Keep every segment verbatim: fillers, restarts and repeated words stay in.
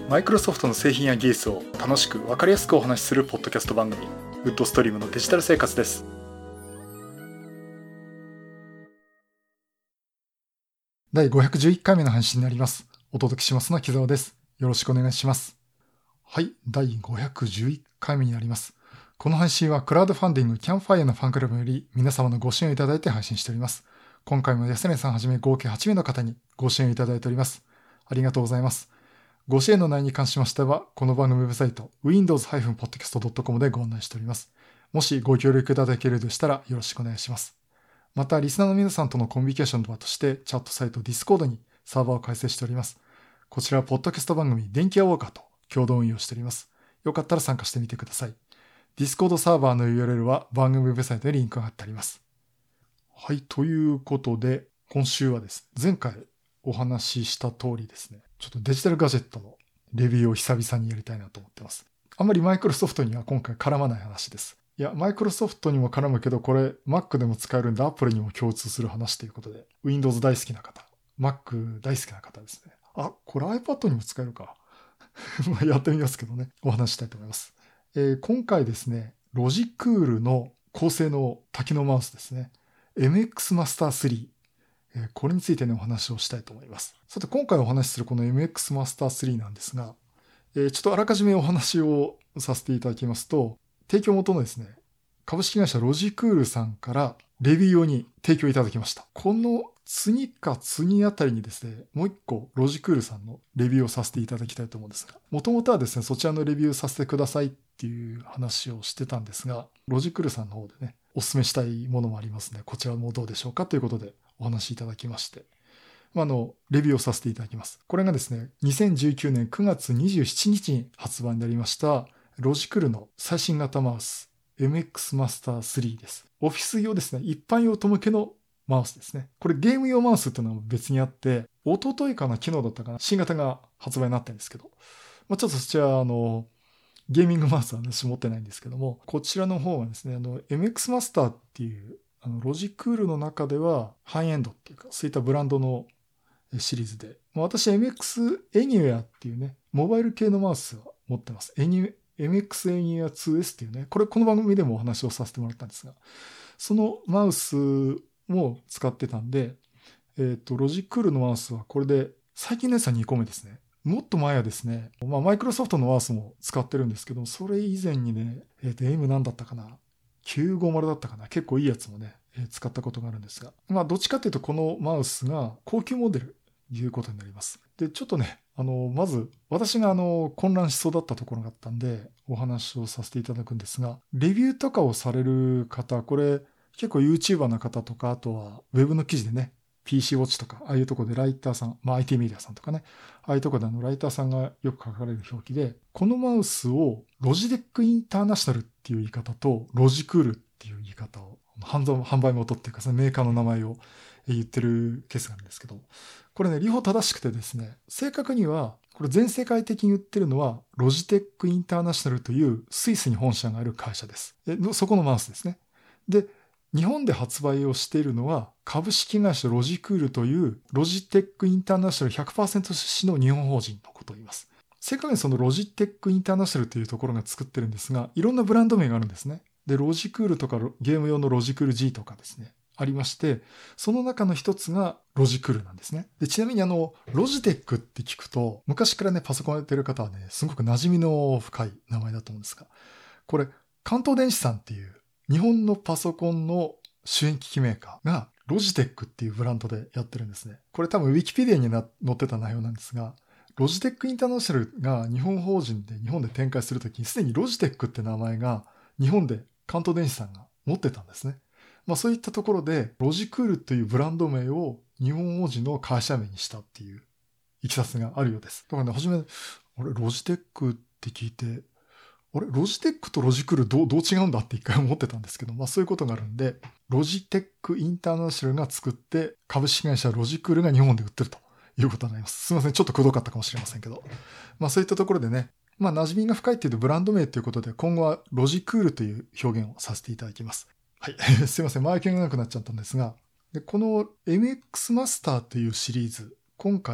マイクロソフトの製品や技術を楽しく分かりやすくお話しするポッドキャスト番組、ウッドストリームのデジタル生活です。だいごひゃくじゅういっかいめの配信になります。お届けしますのは木澤です。よろしくお願いします。はい、だいごひゃくじゅういっかいめになります。この配信はクラウドファンディングキャンファイアのファンクラブより皆様のご支援をいただいて配信しております。今回も安根さんはじめ合計はちめいの方にご支援をいただいております。ありがとうございます。ご支援の内容に関しましては、この番組ウェブサイト ウィンドウズ ポッドキャスト ドット コム でご案内しております。もしご協力いただけるとしたらよろしくお願いします。また、リスナーの皆さんとのコミュニケーションの場として、チャットサイト Discord にサーバーを開設しております。こちらはポッドキャスト番組電気屋ウォーカーと共同運用しております。よかったら参加してみてください。Discord サーバーの ユーアールエル は番組ウェブサイトにリンクが貼ってあります。はい、ということで、今週はですね、前回お話しした通りですね、ちょっとデジタルガジェットのレビューを久々にやりたいなと思ってます。あんまりマイクロソフトには今回絡まない話です。いや、マイクロソフトにも絡むけど、これ Mac でも使えるんで Apple にも共通する話ということで、Windows 大好きな方、Mac 大好きな方ですね。あ、これ iPad にも使えるか。やってみますけどね、お話したいと思います。えー、今回ですね、ロジクールの高性能多機能マウスですね、エムエックス Master スリー。これについてね、お話をしたいと思います。さて、今回お話しするこの エムエックス Master スリーなんですが、えー、ちょっとあらかじめお話をさせていただきますと、提供元のですね、株式会社ロジクールさんからレビュー用に提供いただきました。この次か次あたりにですね、もう一個ロジクールさんのレビューをさせていただきたいと思うんですが、もともとはですね、そちらのレビューさせてくださいっていう話をしてたんですが、ロジクールさんの方でね、お勧めしたいものもありますね。こちらもどうでしょうかということでお話しいただきまして、あの、レビューをさせていただきます。これがですね、にせんじゅうきゅうねんくがつにじゅうしちにちに発売になりました、ロジクールの最新型マウス、エムエックス Master スリーです。オフィス用ですね、一般用途向けのマウスですね。これゲーム用マウスっていうのは別にあって、一昨日かな、昨日だったかな、新型が発売になったんですけど、まあ、ちょっとそちら、あの、ゲーミングマウスは私持ってないんですけども、こちらの方はですね、あの、エムエックス Master っていう、あの、ロジクールの中では、ハイエンドっていうか、そういったブランドのシリーズで、私 エムエックス Anywhere っていうね、モバイル系のマウスを持ってます。エムエックス Anywhere ツーエス っていうね、これこの番組でもお話をさせてもらったんですが、そのマウスも使ってたんで、えっと、ロジクールのマウスはこれで、最近のやつはにこめですね。もっと前はですね、まあ、マイクロソフトのマウスも使ってるんですけど、それ以前にね、えっと、M 何だったかな、きゅうごまるだったかな、結構いいやつもね、使ったことがあるんですが、まあ、どっちかっていうと、このマウスが高級モデルということになります。で、ちょっとね、あの、まず、私があの、混乱しそうだったところがあったんで、お話をさせていただくんですが、レビューとかをされる方、これ、結構 YouTuber の方とか、あとは Web の記事でね、ピーシー ウォッチとか、ああいうところでライターさん、まあ アイティー メディアさんとかね、ああいうところであのライターさんがよく書かれる表記で、このマウスをロジテックインターナショナルっていう言い方と、ロジクールっていう言い方を、販売元っていうか、そのメーカーの名前を言ってるケースがあるんですけど、これね、両方正しくてですね、正確には、これ全世界的に売ってるのは、ロジテックインターナショナルというスイスに本社がある会社です。えそこのマウスですね。で、日本で発売をしているのは株式会社ロジクールというロジテックインターナショナル ひゃくパーセント 出資の日本法人のことを言います。正確にそのロジテックインターナショナルというところが作ってるんですが、いろんなブランド名があるんですね。で、ロジクールとかゲーム用のロジクール G とかですね、ありまして、その中の一つがロジクールなんですね。で、ちなみにあの、ロジテックって聞くと、昔からね、パソコンやってる方はね、すごく馴染みの深い名前だと思うんですが、これ、関東電子さんっていう日本のパソコンの主演機器メーカーがロジテックっていうブランドでやってるんですね。これ多分ウィキペディアに載ってた内容なんですが、ロジテックインターナショナルが日本法人で日本で展開するときにすでにロジテックって名前が日本で関東電子さんが持ってたんですね。まあそういったところでロジクールというブランド名を日本法人の会社名にしたっていういきさつがあるようです。だからね、初め、あれ、ロジテックって聞いて、あれロジテックとロジクールどう、どう違うんだって一回思ってたんですけど、まあそういうことがあるんで、ロジテックインターナショナルが作って株式会社ロジクールが日本で売ってるということになります。すみません、ちょっとくどかったかもしれませんけど。まあそういったところでね、まあ馴染みが深いっていうとブランド名ということで、今後はロジクールという表現をさせていただきます。はい。すいません、前置きが長くなっちゃったんですが、でこの エムエックス マスターというシリーズ、今回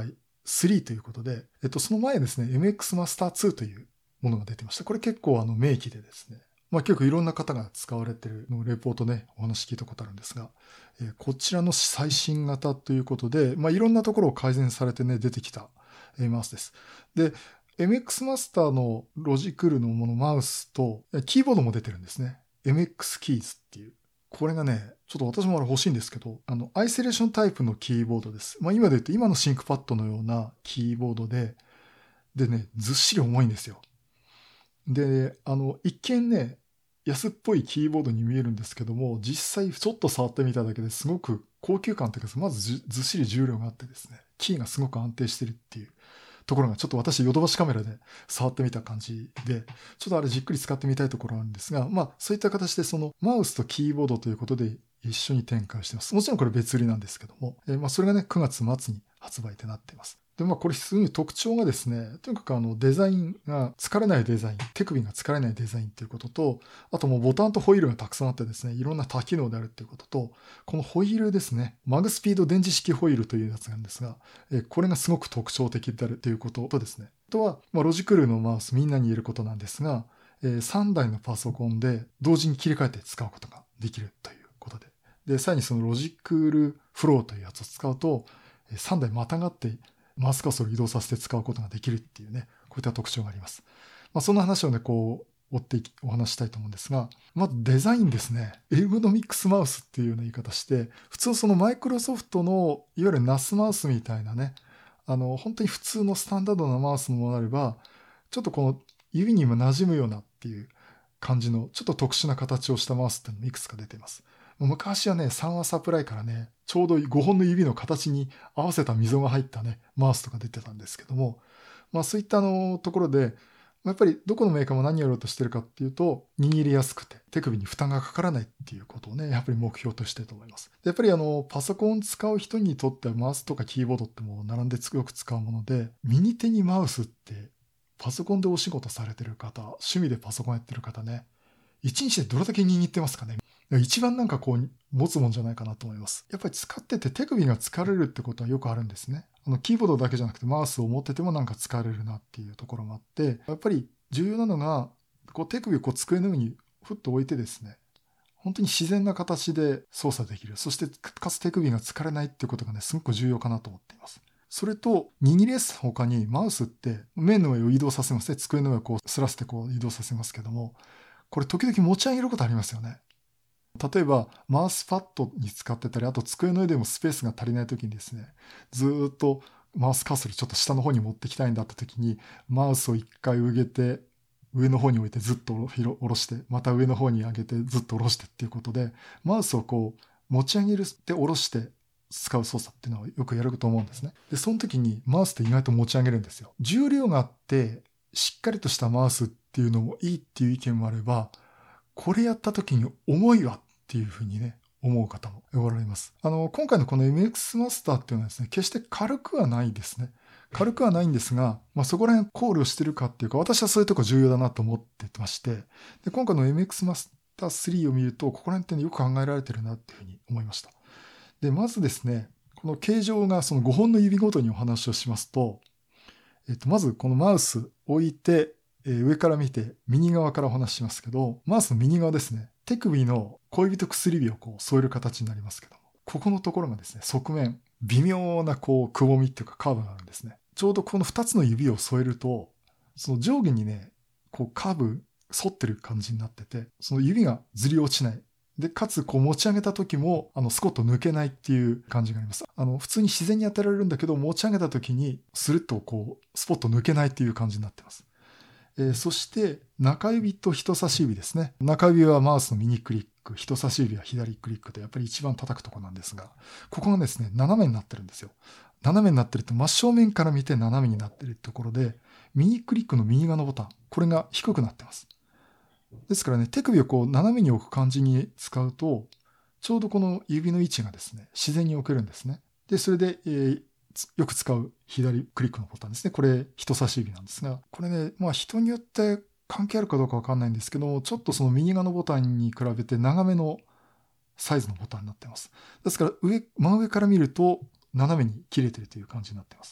スリーということで、えっと、その前ですね、エムエックス Master ツーというものが出てました。これ結構あの名機でですね、まあ結構いろんな方が使われているのレポートね、お話聞いたことあるんですが、えー、こちらの最新型ということで、まあいろんなところを改善されてね、出てきた、えー、マウスです。で、エムエックス Master のロジクールのものマウスと、キーボードも出てるんですね。エムエックス Keys っていう。これがね、ちょっと私もあれ欲しいんですけど、あの、アイソレーションタイプのキーボードです。まあ今で言うと今のシンクパッドのようなキーボードで、でね、ずっしり重いんですよ。で、あの、一見ね、安っぽいキーボードに見えるんですけども、実際ちょっと触ってみただけですごく高級感というか、まずずっしり重量があってですね、キーがすごく安定してるっていうところが、ちょっと私ヨドバシカメラで触ってみた感じで、ちょっとあれじっくり使ってみたいところあるんですが、まあそういった形でそのマウスとキーボードということで一緒に展開してます。もちろんこれ別売りなんですけども、えー、まあそれがねくがつ末に発売となっています。で、まあこれすごい特徴がですね、とにかくあのデザインが疲れないデザイン、手首が疲れないデザインということと、あともうボタンとホイールがたくさんあってですね、いろんな多機能であるということと、このホイールですね、マグスピード電磁式ホイールというやつなんですが、えこれがすごく特徴的であるということとですね、あとは、まあ、ロジクールのマウスみんなに言えることなんですが、えー、さんだいのパソコンで同時に切り替えて使うことができるということで、で、さらにそのロジクールフローというやつを使うと、さんだいまたがってマウスカーソルを移動させて使うことができるっていうね、こういった特徴があります。まあ、そんな話をね、こう、追ってお話したいと思うんですが、まずデザインですね。エルゴノミクスマウスっていうような言い方して、普通そのマイクロソフトのいわゆる ナス マウスみたいなね、あの、本当に普通のスタンダードなマウスのものであれば、ちょっとこの指にも馴染むようなっていう感じの、ちょっと特殊な形をしたマウスっていうのもいくつか出ています。昔はね、サンワサプライからね、ちょうどごほんの指の形に合わせた溝が入ったね、マウスとか出てたんですけども、まあそういったあのところで、やっぱりどこのメーカーも何やろうとしてるかっていうと、握りやすくて手首に負担がかからないっていうことをね、やっぱり目標としてると思います。やっぱりあの、パソコン使う人にとってはマウスとかキーボードってもう並んでよく使うもので、右手にマウスってパソコンでお仕事されてる方、趣味でパソコンやってる方ね、一日でどれだけ握ってますかね。一番なんかこう持つもんじゃないかなと思います。やっぱり使ってて手首が疲れるってことはよくあるんですね。あのキーボードだけじゃなくてマウスを持っててもなんか疲れるなっていうところもあって、やっぱり重要なのがこう手首をこう机の上にふっと置いてですね、本当に自然な形で操作できる。そしてかつ手首が疲れないってことがね、すごく重要かなと思っています。それと握りやすさ他にマウスって面の上を移動させますね。机の上をこうすらせてこう移動させますけども、これ時々持ち上げることありますよね。例えばマウスパッドに使ってたり、あと机の上でもスペースが足りない時にですね、ずっとマウスカーソルちょっと下の方に持ってきたいんだった時に、マウスを一回上げて上の方に置いてずっと下ろして、また上の方に上げてずっと下ろしてっていうことで、マウスをこう持ち上げるって下ろして使う操作っていうのをよくやると思うんですね。で、その時にマウスって意外と持ち上げるんですよ。重量があってしっかりとしたマウスっていうのもいいっていう意見もあれば、これやった時に重いわっていうふうにね、思う方もおられます。あの、今回のこの エムエックス マスターっていうのはですね、決して軽くはないですね。軽くはないんですが、まあ、そこら辺考慮してるかっていうか、私はそういうとこ重要だなと思ってまして、で、今回の エムエックス マスタースリーを見ると、ここら辺ってよく考えられてるなっていうふうに思いました。で、まずですね、この形状がそのごほんの指ごとにお話をしますと、えっと、まずこのマウス置いて、えー、上から見て右側からお話ししますけど、マウスの右側ですね、手首の小指と薬指をこう添える形になりますけども、ここのところがですね、側面、微妙なこうくぼみっていうかカーブがあるんですね。ちょうどこのふたつの指を添えると、その上下にね、こうカーブ反ってる感じになってて、その指がずり落ちない。で、かつ、こう持ち上げた時も、あの、スコッと抜けないっていう感じがあります。あの、普通に自然に当てられるんだけど、持ち上げた時に、スルッとこう、スポッと抜けないっていう感じになってます。えー、そして、中指と人差し指ですね。中指はマウスの右クリック、人差し指は左クリックで、やっぱり一番叩くところなんですが、ここがですね、斜めになってるんですよ。斜めになってると、真正面から見て斜めになってるところで、右クリックの右側のボタン、これが低くなってます。ですからね、手首をこう斜めに置く感じに使うと、ちょうどこの指の位置がですね、自然に置けるんですね。で、それで、えー、よく使う左クリックのボタンですね。これ、人差し指なんですが、これね、まあ人によって関係あるかどうかわかんないんですけど、ちょっとその右側のボタンに比べて長めのサイズのボタンになってます。ですから上、真上から見ると斜めに切れてるという感じになってます。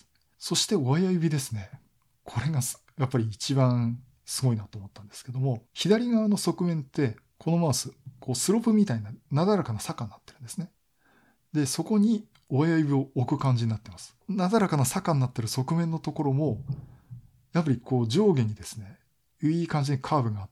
そして親指ですね。これがやっぱり一番すごいなと思ったんですけども、左側の側面ってこのマウス、こうスロープみたいななだらかな坂になってるんですね。で、そこに親指を置く感じになってます。なだらかな坂になってる側面のところも、やっぱりこう上下にですね、いい感じにカーブがあって、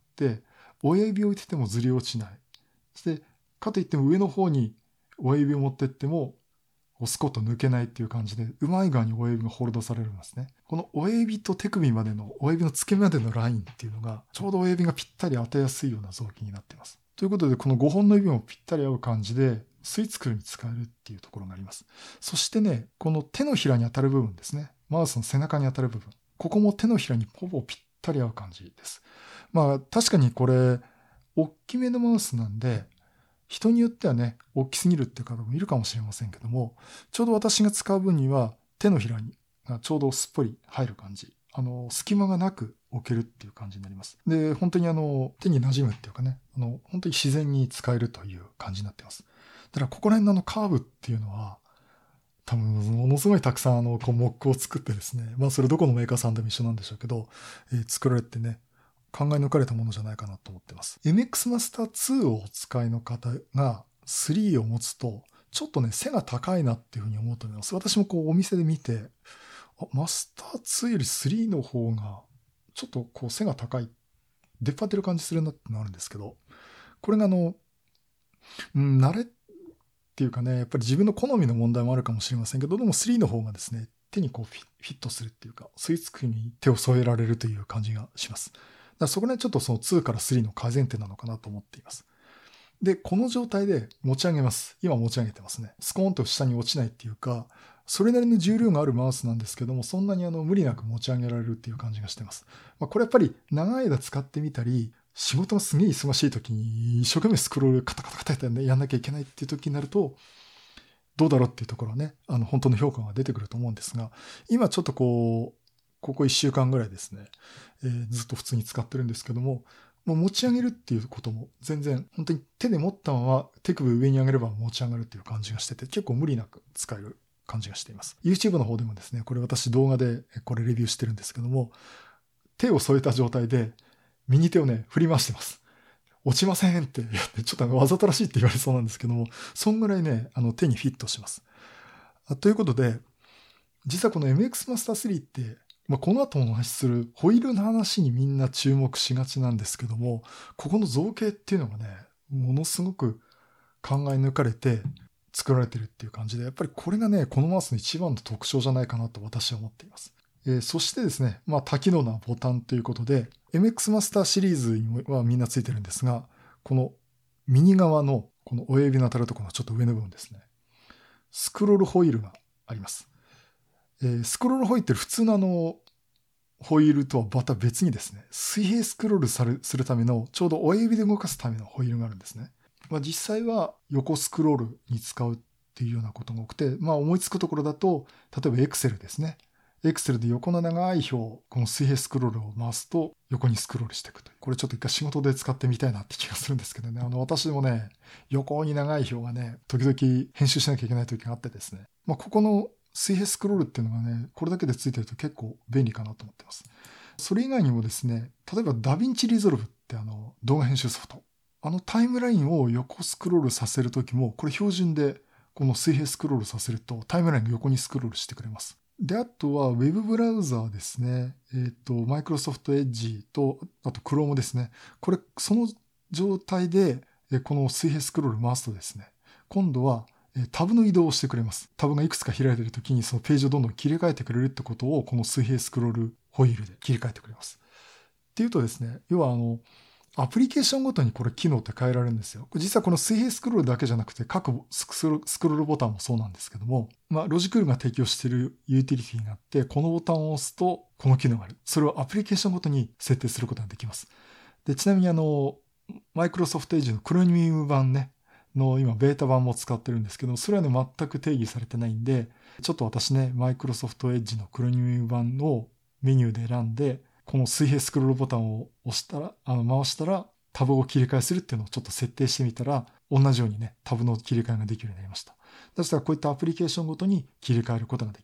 親指を置いててもずり落ちない。そして、かといっても上の方に親指を持ってっても、スコッと抜けないっていう感じで、うまい側に親指がホールドされるんですね。この親指と手首までの、親指の付け根までのラインっていうのが、ちょうど親指がぴったり当てやすいような造形になっています。ということで、このごほんの指もぴったり合う感じで、スイーツ作るに使えるっていうところがあります。そしてね、この手のひらに当たる部分ですね。マウスの背中に当たる部分。ここも手のひらにほぼぴったり合う感じです。まあ、確かにこれ、大きめのマウスなんで、人によってはね、大きすぎるっていう方もいるかもしれませんけども、ちょうど私が使う分には手のひらにちょうどすっぽり入る感じ。あの、隙間がなく置けるっていう感じになります。で、本当にあの、手に馴染むっていうかね、あの、本当に自然に使えるという感じになっています。だからここら辺のあのカーブっていうのは、多分ものすごいたくさんあの、こう、モックを作ってですね、まあそれどこのメーカーさんでも一緒なんでしょうけど、えー、作られてね、考え抜かれたものじゃないかなと思ってます。エムエックス Master ツーをお使いの方がスリーを持つと、ちょっとね、背が高いなっていうふうに思うと思います。私もこうお店で見て、あ、マスターツーよりスリーの方が、ちょっとこう背が高い、出っ張ってる感じするなってのあるんですけど、これがあの、うん、慣れっていうかね、やっぱり自分の好みの問題もあるかもしれませんけど、でもスリーの方がですね、手にこうフィットするっていうか、スイーツクに手を添えられるという感じがします。だからそこね、ちょっとそのツーからスリーの改善点なのかなと思っています。で、この状態で持ち上げます。今持ち上げてますね。スコーンと下に落ちないっていうか、それなりの重量があるマウスなんですけども、そんなにあの無理なく持ち上げられるっていう感じがしてます。まあ、これやっぱり長い間使ってみたり、仕事がすげえ忙しい時に一生懸命スクロールカタカタカタカタやんなきゃいけないっていう時になると、どうだろうっていうところはね、あの本当の評価が出てくると思うんですが、今ちょっとこう、ここいっしゅうかんぐらいですね、えー、ずっと普通に使ってるんですけども、もう持ち上げるっていうことも全然本当に手で持ったまま手首上に上げれば持ち上がるっていう感じがしてて、結構無理なく使える感じがしています。YouTube の方でもですね、これ私動画でこれレビューしてるんですけども、手を添えた状態で右手をね、振り回してます。落ちませんってやって、ちょっとわざとらしいって言われそうなんですけども、そんぐらいね、あの手にフィットします。ということで、実はこの エムエックス Master スリーって、まあ、この後お話しするホイールの話にみんな注目しがちなんですけども、ここの造形っていうのがね、ものすごく考え抜かれて作られてるっていう感じで、やっぱりこれがね、このマウスの一番の特徴じゃないかなと私は思っています。えー、そしてですね、まあ多機能なボタンということで、エムエックス Master シリーズにはみんなついてるんですが、この右側のこの親指の当たるところのちょっと上の部分ですね、スクロールホイールがあります。えー、スクロールホイールって普通のあの、ホイールとはまた別にですね、水平スクロールさるするための、ちょうど親指で動かすためのホイールがあるんですね。まあ、実際は横スクロールに使うっていうようなことが多くて、まあ思いつくところだと、例えば Excel ですね。Excel で横の長い表、この水平スクロールを回すと横にスクロールしていくという。これちょっと一回仕事で使ってみたいなって気がするんですけどね。あの私もね、横に長い表がね、時々編集しなきゃいけない時があってですね。まあここの水平スクロールっていうのがね、これだけでついてると結構便利かなと思ってます。それ以外にもですね、例えばダヴィンチリゾルブってあの動画編集ソフト。あのタイムラインを横スクロールさせるときも、これ標準でこの水平スクロールさせるとタイムラインが横にスクロールしてくれます。で、あとは Web ブラウザーですね。えっと、Microsoft Edge と、あと Chrome ですね。これ、その状態で、この水平スクロール回すとですね、今度はタブの移動をしてくれます。タブがいくつか開いているときにそのページをどんどん切り替えてくれるってことを、この水平スクロールホイールで切り替えてくれます。っていうとですね、要はあの、アプリケーションごとにこれ機能って変えられるんですよ。実はこの水平スクロールだけじゃなくて各スクロールボタンもそうなんですけども、まあ、ロジクールが提供しているユーティリティがあって、このボタンを押すとこの機能がある。それをアプリケーションごとに設定することができます。で、ちなみにあの、Microsoft Edge のクロニウム版ね、の今ベータ版も使ってるんですけど、それはね、全く定義されてないんで、ちょっと私ね、Microsoft Edge のクロニウム版をメニューで選んで、この水平スクロールボタンを押したら、あの回したらタブを切り替えするっていうのをちょっと設定してみたら、同じようにね、タブの切り替えができるようになりました。だからこういったアプリケーションごとに切り替えることができます。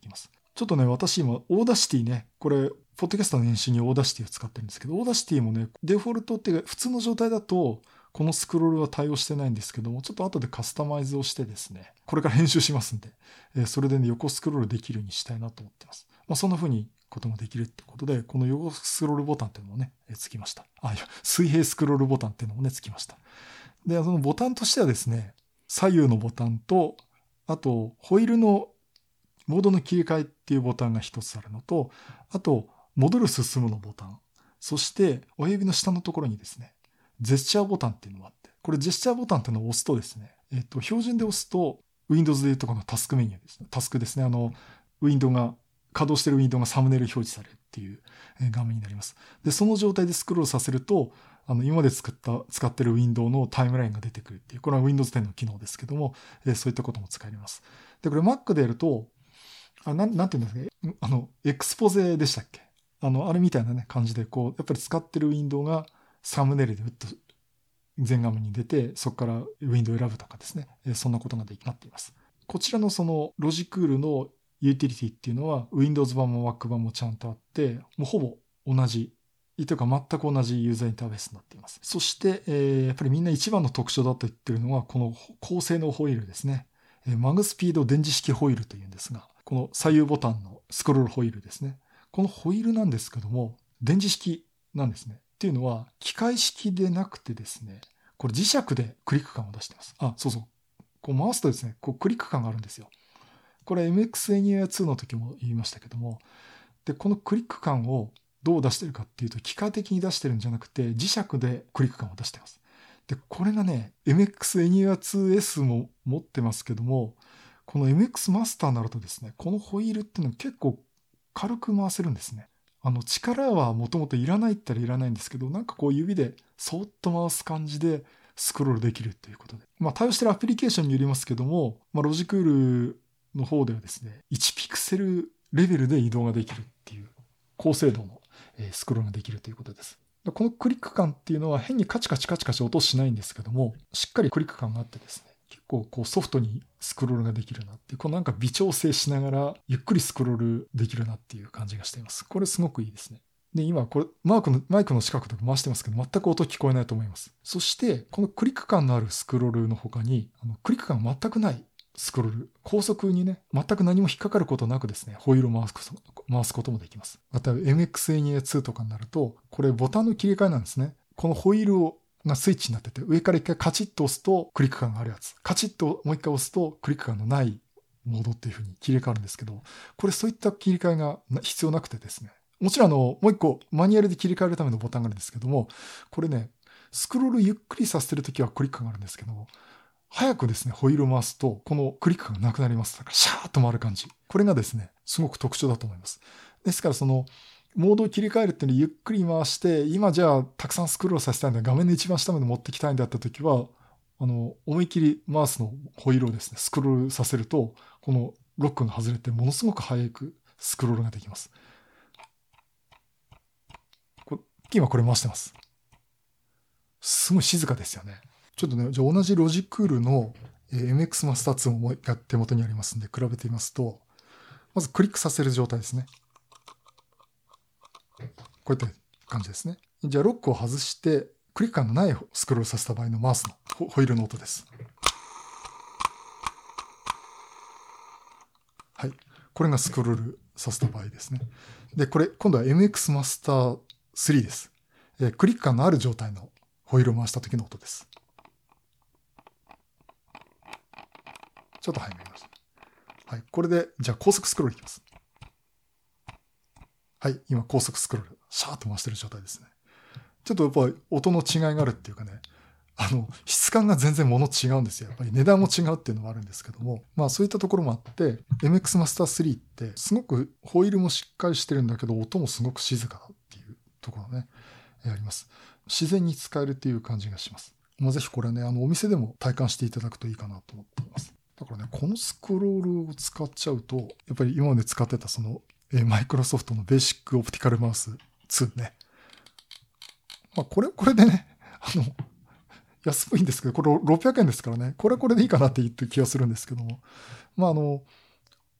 ちょっとね、私今、オーダーシティね、これ、ポッドキャストの編集にオーダーシティを使ってるんですけど、オーダーシティもね、デフォルトっていうか、普通の状態だと、このスクロールは対応してないんですけども、ちょっと後でカスタマイズをしてですね、これから編集しますんで、えー、それでね、横スクロールできるようにしたいなと思ってます。まあ、そんな風にこともできるってことで、この横スクロールボタンっていうのもね、えー、つきました。あ、いや、水平スクロールボタンっていうのもね、つきました。で、そのボタンとしてはですね、左右のボタンと、あと、ホイールのモードの切り替えっていうボタンが一つあるのと、あと、戻る進むのボタン。そして、親指の下のところにですね、ジェスチャーボタンっていうのがあって、これジェスチャーボタンっていうのを押すとですね、えっと、標準で押すと、Windows でいうとこのタスクメニューですね。タスクですね。あの、ウィンドウが、稼働してるウィンドウがサムネイル表示されるっていう画面になります。で、その状態でスクロールさせると、あの、今まで作った、使ってるウィンドウのタイムラインが出てくるっていう、これは Windows テンの機能ですけども、えー、そういったことも使えます。で、これ Mac でやると、あ、なん、なんていうんですかね、あの、エクスポゼでしたっけ？あの、あれみたいなね、感じで、こう、やっぱり使ってるウィンドウがサムネイルで打っと全画面に出て、そこからウィンドウを選ぶとかですね、そんなことができなっています。こちらのそのロジクールのユーティリティっていうのは Windows 版も Mac 版もちゃんとあって、もうほぼ同じ、というか全く同じユーザーインターフェースになっています。そして、えー、やっぱりみんな一番の特徴だと言ってるのは、この高性能ホイールですね。マグスピード電磁式ホイールというんですが、この左右ボタンのスクロールホイールですね。このホイールなんですけども、電磁式なんですね。っていうのは、機械式でなくてですね、これ磁石でクリック感を出してます。あ、そうそう。こう回すとですね、こうクリック感があるんですよ。これ エムエックスエニューアツー の時も言いましたけども、で、このクリック感をどう出してるかっていうと、機械的に出してるんじゃなくて、磁石でクリック感を出してます。で、これがね、エムエックスエニューアツーエス も持ってますけども、この エムエックス マスターになるとですね、このホイールっていうのは結構軽く回せるんですね。あの、力はもともといらないって言ったらいらないんですけど、なんかこう指でそーっと回す感じでスクロールできるということで。まあ、対応してるアプリケーションによりますけども、まあ、ロジクールの方ではですね、いちピクセルレベルで移動ができるっていう高精度のスクロールができるということです。このクリック感っていうのは変にカチカチカチカチ音しないんですけども、しっかりクリック感があってですね、結構こうソフトにスクロールができるなっていう、このなんか微調整しながらゆっくりスクロールできるなっていう感じがしています。これすごくいいですね。で、今これマークのマイクの近くで回してますけど、全く音聞こえないと思います。そしてこのクリック感のあるスクロールの他に、あのクリック感が全くないスクロール、高速にね、全く何も引っかかることなくですね、ホイールを回すこと回すこともできます。また エムエックスエニューツー とかになると、これボタンの切り替えなんですね。このホイールをがスイッチになってて、上から一回カチッと押すとクリック感があるやつ。カチッともう一回押すとクリック感のないモードっていう風に切り替わるんですけど、これそういった切り替えが必要なくてですね。もちろんあの、もう一個マニュアルで切り替えるためのボタンがあるんですけども、これね、スクロールゆっくりさせてるときはクリック感があるんですけども、早くですね、ホイールを回すと、このクリック感がなくなります。だからシャーッと回る感じ。これがですね、すごく特徴だと思います。ですからその、モードを切り替えるっていうのをゆっくり回して、今じゃあたくさんスクロールさせたいんだ、画面の一番下まで持ってきたいんだったときは、あの、思い切りマウスのホイールをですね、スクロールさせると、このロックが外れて、ものすごく早くスクロールができます。こ今これ回してます。すごい静かですよね。ちょっとね、じゃあ同じロジクールの エムエックス マスターツーも手元にありますんで、比べてみますと、まずクリックさせる状態ですね。こういった感じですね。じゃあロックを外して、クリック感のないスクロールさせた場合のマウスのホイールの音です。はい。これがスクロールさせた場合ですね。で、これ、今度は エムエックス マスタースリーです。えー、クリック感のある状態のホイールを回した時の音です。ちょっと早めに言いました。はい。これで、じゃあ高速スクロールいきます。はい。今高速スクロール、シャーッと回してる状態ですね。ちょっとやっぱり音の違いがあるっていうかね、あの、質感が全然物違うんですよ。やっぱり値段も違うっていうのもあるんですけども、まあそういったところもあって、エムエックス マスタースリーってすごくホイールもしっかりしてるんだけど、音もすごく静かだっていうところね、あります。自然に使えるっていう感じがします。まあ、ぜひこれね、あの、お店でも体感していただくといいかなと思っています。だからね、このスクロールを使っちゃうと、やっぱり今まで使ってたその、マイクロソフトのベーシックオプティカルマウスツーね。まあ、これ、これでね、あの、安いんですけど、これろっぴゃくえんですからね、これこれでいいかなって言って気がするんですけども、まあ、あの、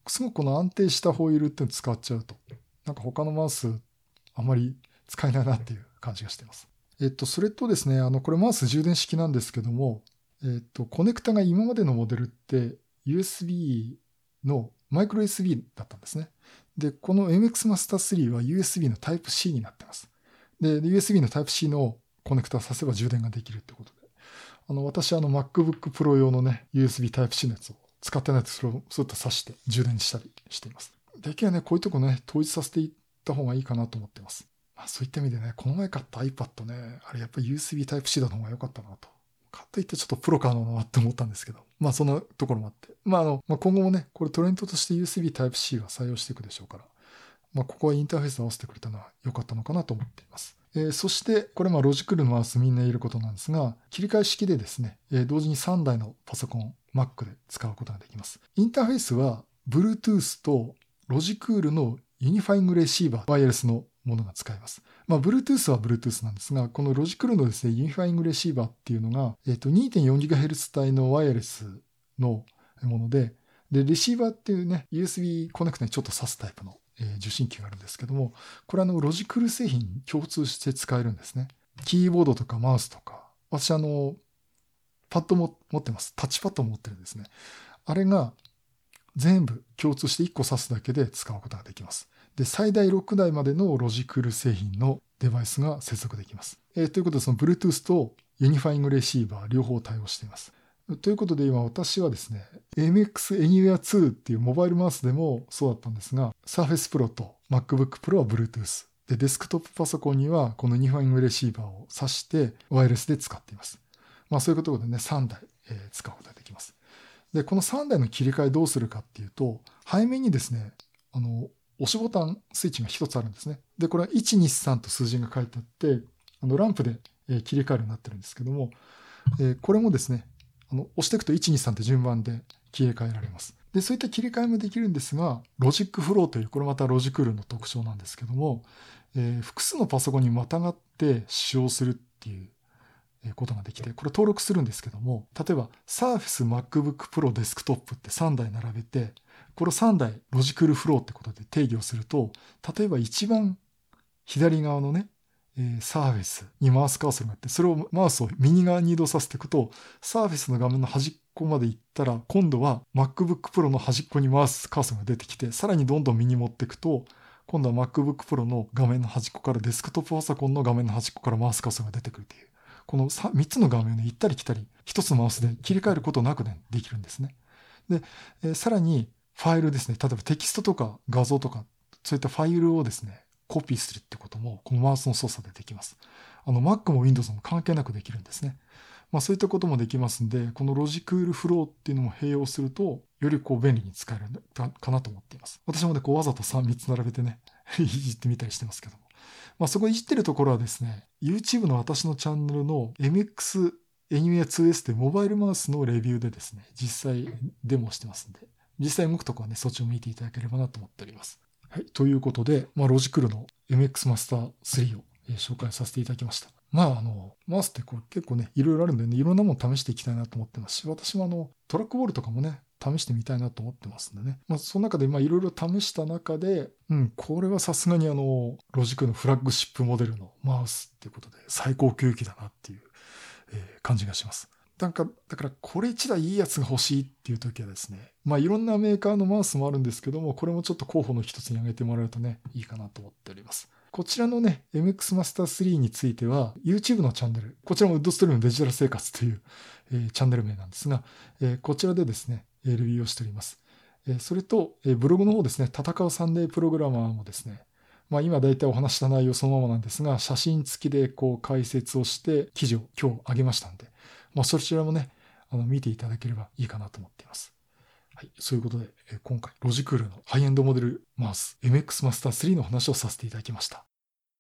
すごくこの安定したホイールっていうのを使っちゃうと、なんか他のマウスあまり使えないなっていう感じがしています。えっと、それとですね、あの、これマウス充電式なんですけども、えっと、コネクタが今までのモデルって ユーエスビー のマイクロ エスビー だったんですね。で、この エムエックス Master スリーは ユーエスビー の タイプシー になってます。で、ユーエスビー の タイプシー のコネクタを挿せば充電ができるってことで。あの、私はあの MacBook Pro 用のね、ユーエスビー タイプシー のやつを使ってないとそれをスッと挿して充電したりしています。できればね、こういうとこね、統一させていった方がいいかなと思っています。まあ、そういった意味でね、この前買った iPad ね、あれやっぱり ユーエスビー タイプシー だの方が良かったなと。かといってちょっとプロかなって思ったんですけど、まあそのところもあって。まああの、まあ、今後もね、これトレンドとして ユーエスビー タイプシー は採用していくでしょうから、まあここはインターフェース合わせてくれたのは良かったのかなと思っています。えー、そして、これまあロジクールのマウスみんな言えることなんですが、切り替え式でですね、えー、同時にさんだいのパソコン、Mac で使うことができます。インターフェースは Bluetooth とロジクールのユニファイングレシーバー、ワイヤレスのものが使えます。まあ、Bluetooth は Bluetooth なんですが、このロジクールのですね、ユニファイングレシーバーっていうのが、えっと、にてんよんギガヘルツ 帯のワイヤレスのもので、で、レシーバーっていうね、ユーエスビー コネクタにちょっと挿すタイプの、えー、受信機があるんですけども、これあの、ロジクール製品に共通して使えるんですね。キーボードとかマウスとか、私あの、パッドも持ってます。タッチパッドも持ってるんですね。あれが全部共通していっこ挿すだけで使うことができます。で、最大ろくだいまでのロジクール製品のデバイスが接続できます。えー、ということで、その Bluetooth とユニファイングレシーバー両方対応しています。ということで、今私はですね、エムエックス Anywhere ツーっていうモバイルマウスでもそうだったんですが、Surface Pro と MacBook Pro は Bluetooth。で、デスクトップパソコンにはこのユニファイングレシーバーを挿してワイヤレスで使っています。まあそういうことでね、さんだい、えー、使うことができます。で、このさんだいの切り替えどうするかっていうと、背面にですね、あの、押しボタンスイッチが一つあるんですね。で、これはいち、に、さんと数字が書いてあって、あのランプで切り替えるようになってるんですけども、えー、これもですね、あの押していくといち、に、さんって順番で切り替えられます。で、そういった切り替えもできるんですが、ロジックフローという、これまたロジクールの特徴なんですけども、えー、複数のパソコンにまたがって使用するっていうことができて、これ登録するんですけども、例えば Surface MacBook Pro Desktop ってさんだい並べて、これをさんだいロジクールフローってことで定義をすると、例えば一番左側のね、えー、Surface にマウスカーソルがあって、それをマウスを右側に移動させていくと、Surface の画面の端っこまで行ったら、今度は MacBook Pro の端っこにマウスカーソルが出てきて、さらにどんどん右に持っていくと、今度は MacBook Pro の画面の端っこからデスクトップパソコンの画面の端っこからマウスカーソルが出てくるという。このみっつの画面を、ね、行ったり来たり、ひとつのマウスで切り替えることなく、ね、できるんですね。で、えー、さらにファイルですね、例えばテキストとか画像とか、そういったファイルをですね、コピーするってことも、このマウスの操作でできます。あの、Mac も Windows も関係なくできるんですね。まあそういったこともできますんで、このロジクールフローっていうのも併用すると、よりこう便利に使えるかなと思っています。私もね、こうわざとさん、みっつ並べてね、いじってみたりしてますけども。まあ、そこいじってるところはですね、YouTube の私のチャンネルの エムエックス Anywhere ツーエス というモバイルマウスのレビューでですね、実際デモしてますんで、実際動くところはね、そっちを見ていただければなと思っております。はい。ということで、まあ、ロジクールの エムエックス Master スリーを、えー、紹介させていただきました。まあ、あの、マウスってこう結構ね、いろいろあるんでね、いろんなもの試していきたいなと思ってますし、私もあの、トラックボールとかもね、試してみたいなと思ってますんでね。まあ、その中で、まあ、いろいろ試した中で、うん、これはさすがにあの、ロジクのフラッグシップモデルのマウスっていうことで、最高級機だなっていう、えー、感じがします。なんか、だから、これ一台いいやつが欲しいっていう時はですね、まあ、いろんなメーカーのマウスもあるんですけども、これもちょっと候補の一つに挙げてもらえるとね、いいかなと思っております。こちらのね、エムエックス Master スリーについては、YouTube のチャンネル、こちらもウッドストリームのデジタル生活という、えー、チャンネル名なんですが、えー、こちらでですね、レビューをしております。えー、それと、えー、ブログの方ですね、戦うサンデープログラマーもですね、まあ今大体お話した内容そのままなんですが、写真付きでこう解説をして記事を今日上げましたんで、まあそちらもね、あの見ていただければいいかなと思っています。はい。そういうことで、えー、今回、ロジクールのハイエンドモデルマウス エムエックス Master スリーの話をさせていただきました。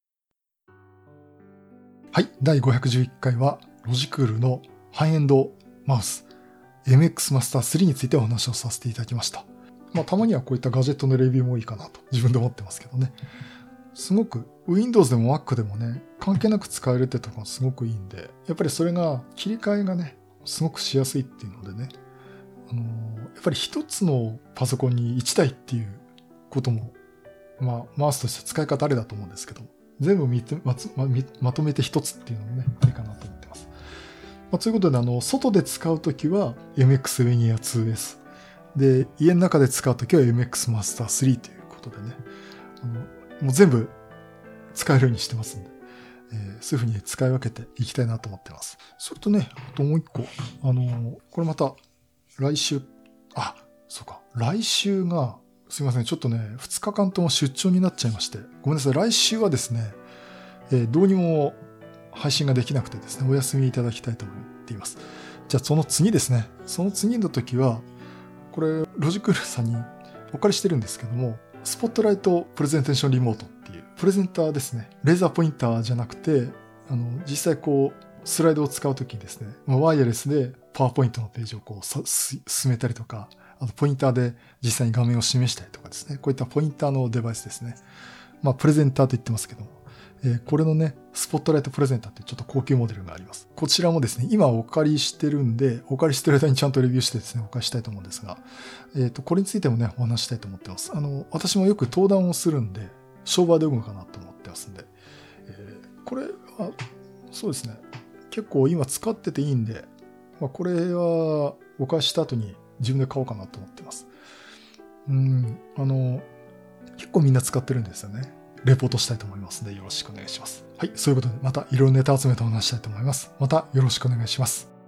はい。だいごひゃくじゅういっかいは、ロジクールのハイエンドマウス エムエックス Master スリーについてお話をさせていただきました。まあ、たまにはこういったガジェットのレビューもいいかなと自分で思ってますけどね。すごく Windows でも Mac でもね、関係なく使えるってところがすごくいいんで、やっぱりそれが切り替えがね、すごくしやすいっていうのでね、 あの、やっぱり一つのパソコンにいちだいっていうことも、まあ、マウスとして使い方あれだと思うんですけど、全部見て ま, ま, まとめて一つっていうのもね、ありかなと思ってます。まあ、ということで、あの、外で使うときは エムエックス Linear ツーエス。で、家の中で使うときは エムエックス Master スリーということでね、あの、もう全部使えるようにしてますんで、えー、そういうふうに使い分けていきたいなと思ってます。それとね、あともう一個、あの、これまた来週、あ、そうか、来週が、すいません、ちょっとね、ふつかかんとも出張になっちゃいまして、ごめんなさい、来週はですね、えー、どうにも配信ができなくてですね、お休みいただきたいと思っています。じゃあその次ですね、その次の時は、これ、ロジクールさんにお借りしてるんですけども、スポットライトプレゼンテーションリモートっていう、プレゼンターですね、レーザーポインターじゃなくて、あの、実際こう、スライドを使うときにですね、ワイヤレスでパワーポイントのページをこうさ進めたりとか、あとポインターで実際に画面を示したりとかですね、こういったポインターのデバイスですね。まあ、プレゼンターと言ってますけども、えー、これのね、スポットライトプレゼンターってちょっと高級モデルがあります。こちらもですね、今お借りしてるんで、お借りしてる間にちゃんとレビューしてですね、お返ししたいと思うんですが、えっと、これについてもね、お話したいと思ってます。あの、私もよく登壇をするんで、商売道具かなと思ってますんで、えー、これは、そうですね、結構今使ってていいんで、まあ、これはお返しした後に自分で買おうかなと思ってます。うん、あの、結構みんな使ってるんですよね。レポートしたいと思いますのでよろしくお願いします。はい、そういうことでまたいろいろネタ集めてお話したいと思います。またよろしくお願いします。